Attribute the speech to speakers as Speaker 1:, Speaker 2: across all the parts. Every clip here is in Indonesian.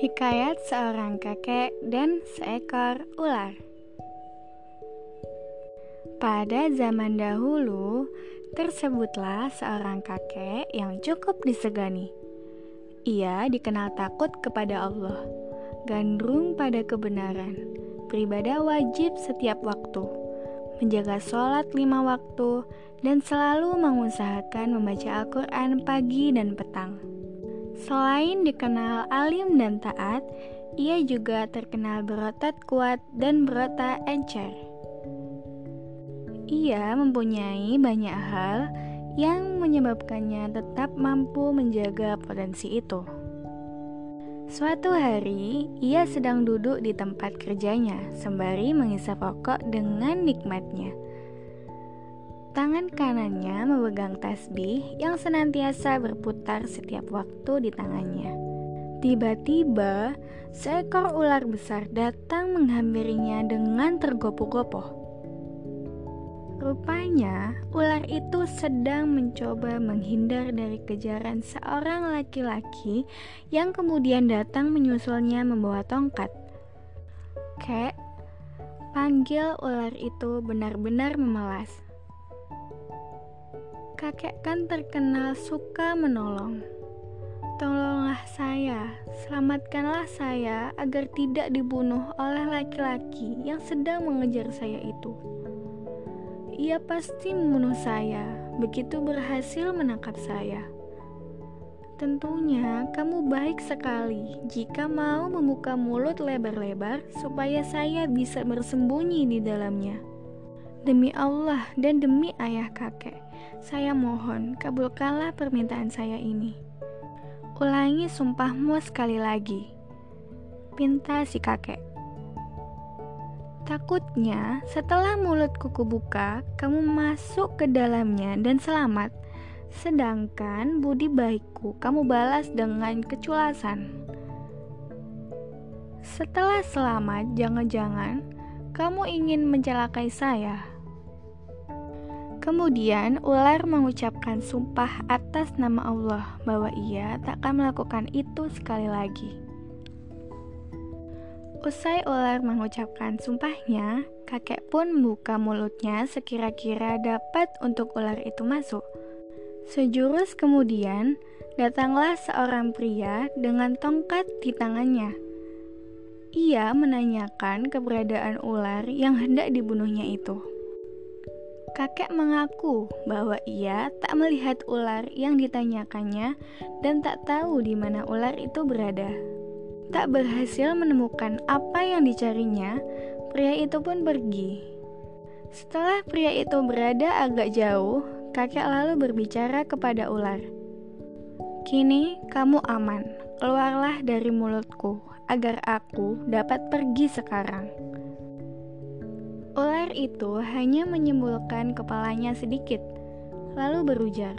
Speaker 1: Hikayat seorang kakek dan seekor ular. Pada zaman dahulu, tersebutlah seorang kakek yang cukup disegani. Ia dikenal takut kepada Allah, gandrung pada kebenaran, beribadah wajib setiap waktu, menjaga sholat 5 waktu, dan selalu mengusahakan membaca Al-Quran pagi dan petang. Selain dikenal alim dan taat, ia juga terkenal berotot kuat dan berotak encer. Ia mempunyai banyak hal yang menyebabkannya tetap mampu menjaga potensi itu. Suatu hari, ia sedang duduk di tempat kerjanya sembari menghisap rokok dengan nikmatnya. Tangan kanannya memegang tasbih yang senantiasa berputar setiap waktu di tangannya. Tiba-tiba, seekor ular besar datang menghampirinya dengan tergopoh-gopoh. Rupanya, ular itu sedang mencoba menghindar dari kejaran seorang laki-laki yang kemudian datang menyusulnya membawa tongkat. "Kek," panggil ular itu benar-benar memelas. "Kakek kan terkenal suka menolong. Tolonglah saya, selamatkanlah saya agar tidak dibunuh oleh laki-laki yang sedang mengejar saya itu. Ia pasti membunuh saya begitu berhasil menangkap saya. Tentunya kamu baik sekali jika mau membuka mulut lebar-lebar supaya saya bisa bersembunyi di dalamnya. Demi Allah dan demi ayah kakek, saya mohon kabulkanlah permintaan saya ini." "Ulangi sumpahmu sekali lagi," pinta si kakek. "Takutnya setelah mulutku kubuka, kamu masuk ke dalamnya dan selamat, sedangkan budi baikku kamu balas dengan keculasan. Setelah selamat, jangan-jangan kamu ingin mencelakai saya." Kemudian ular mengucapkan sumpah atas nama Allah bahwa ia takkan melakukan itu sekali lagi. Usai ular mengucapkan sumpahnya, kakek pun membuka mulutnya sekira-kira dapat untuk ular itu masuk. Sejurus kemudian, datanglah seorang pria dengan tongkat di tangannya. Ia menanyakan keberadaan ular yang hendak dibunuhnya itu. Kakek mengaku bahwa ia tak melihat ular yang ditanyakannya dan tak tahu di mana ular itu berada. Tak berhasil menemukan apa yang dicarinya, pria itu pun pergi. Setelah pria itu berada agak jauh, kakek lalu berbicara kepada ular. "Kini kamu aman, keluarlah dari mulutku agar aku dapat pergi sekarang." Ular itu hanya menyembulkan kepalanya sedikit, lalu berujar,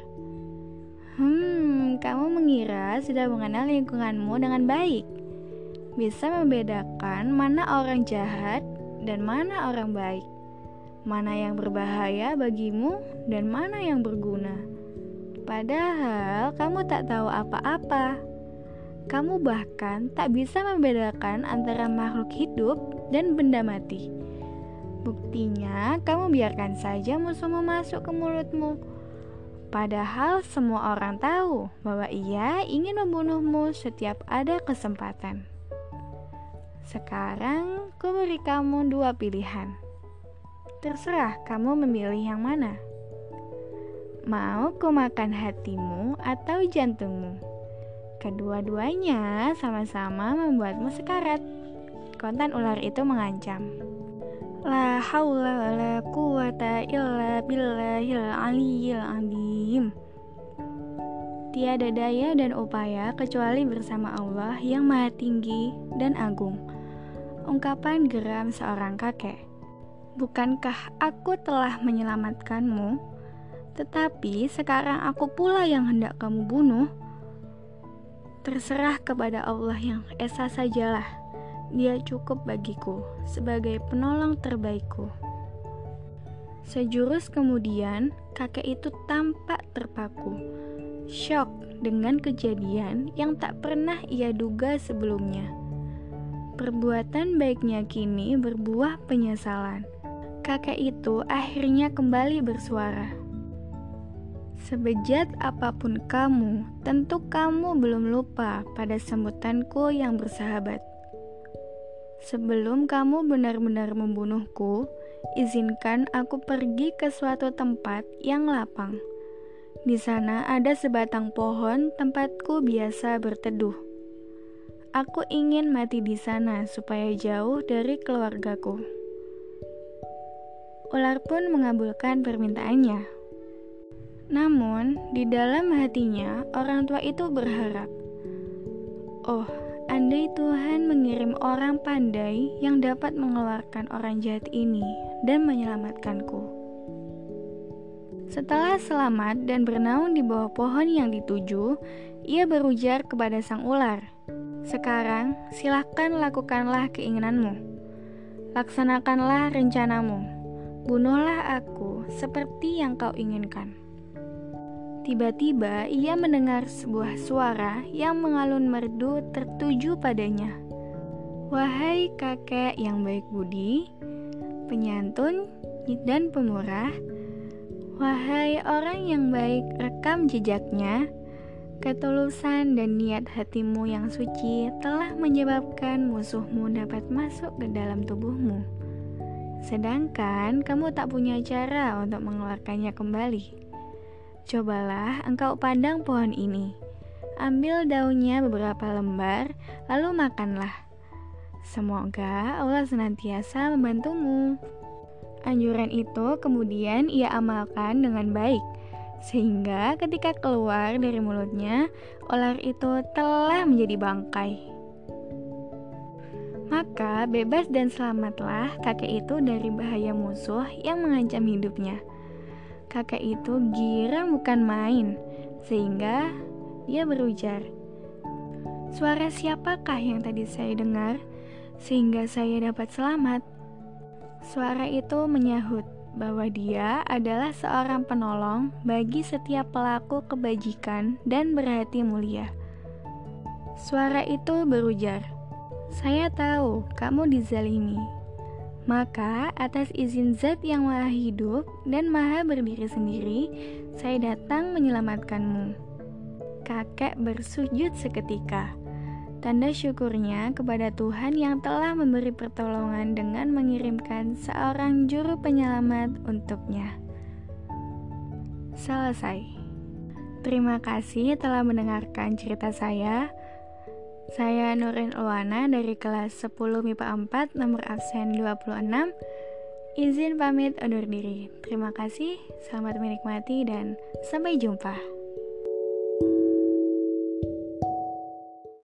Speaker 1: Kamu mengira sudah mengenal lingkunganmu dengan baik. Bisa membedakan mana orang jahat dan mana orang baik, mana yang berbahaya bagimu dan mana yang berguna. Padahal kamu tak tahu apa-apa. Kamu bahkan tak bisa membedakan antara makhluk hidup dan benda mati. Buktinya, kamu biarkan saja musuhmu masuk ke mulutmu. Padahal semua orang tahu bahwa ia ingin membunuhmu setiap ada kesempatan. Sekarang, ku beri kamu 2 pilihan. Terserah kamu memilih yang mana. Mau ku makan hatimu atau jantungmu? Kedua-duanya sama-sama membuatmu sekarat. Kontan ular itu mengancam. La haula wala quwata illa billahil aliyyil azim. Tiada daya dan upaya kecuali bersama Allah yang Maha Tinggi dan Agung. Ungkapan geram seorang kakek. Bukankah aku telah menyelamatkanmu? Tetapi sekarang aku pula yang hendak kamu bunuh. Terserah kepada Allah yang esa sajalah. Dia cukup bagiku sebagai penolong terbaikku. Sejurus kemudian, kakek itu tampak terpaku. Syok dengan kejadian yang tak pernah ia duga sebelumnya. Perbuatan baiknya kini berbuah penyesalan. Kakek itu akhirnya kembali bersuara. Sebejat apapun kamu, tentu kamu belum lupa pada sambutanku yang bersahabat. Sebelum kamu benar-benar membunuhku, izinkan aku pergi ke suatu tempat yang lapang. Di sana ada sebatang pohon tempatku biasa berteduh. Aku ingin mati di sana supaya jauh dari keluargaku. Ular pun mengabulkan permintaannya. Namun, di dalam hatinya orang tua itu berharap, "Oh, andai Tuhan mengirim orang pandai yang dapat mengeluarkan orang jahat ini dan menyelamatkanku." Setelah selamat dan bernaung di bawah pohon yang dituju, ia berujar kepada sang ular, "Sekarang silahkan lakukanlah keinginanmu. Laksanakanlah rencanamu. Bunuhlah aku seperti yang kau inginkan." Tiba-tiba ia mendengar sebuah suara yang mengalun merdu tertuju padanya. "Wahai kakek yang baik budi, penyantun dan pemurah, wahai orang yang baik, rekam jejaknya. Ketulusan dan niat hatimu yang suci telah menyebabkan musuhmu dapat masuk ke dalam tubuhmu. Sedangkan kamu tak punya cara untuk mengeluarkannya kembali. Cobalah engkau pandang pohon ini. Ambil daunnya beberapa lembar, lalu makanlah. Semoga Allah senantiasa membantumu." Anjuran itu kemudian ia amalkan dengan baik, sehingga ketika keluar dari mulutnya, ular itu telah menjadi bangkai. Maka bebas dan selamatlah kakek itu dari bahaya musuh yang mengancam hidupnya. Kakek itu girang bukan main, sehingga dia berujar, "Suara siapakah yang tadi saya dengar, sehingga saya dapat selamat?" Suara itu menyahut bahwa dia adalah seorang penolong bagi setiap pelaku kebajikan dan berhati mulia. Suara itu berujar, "Saya tahu kamu dizalimi. Maka atas izin Zat yang maha hidup dan maha berdiri sendiri, saya datang menyelamatkanmu." Kakek bersujud seketika. Tanda syukurnya kepada Tuhan yang telah memberi pertolongan dengan mengirimkan seorang juru penyelamat untuknya. Selesai. Terima kasih telah mendengarkan cerita saya. Saya Nurin Luana dari kelas 10 MIPA 4 nomor absen 26. Izin pamit undur diri. Terima kasih, selamat menikmati dan sampai jumpa.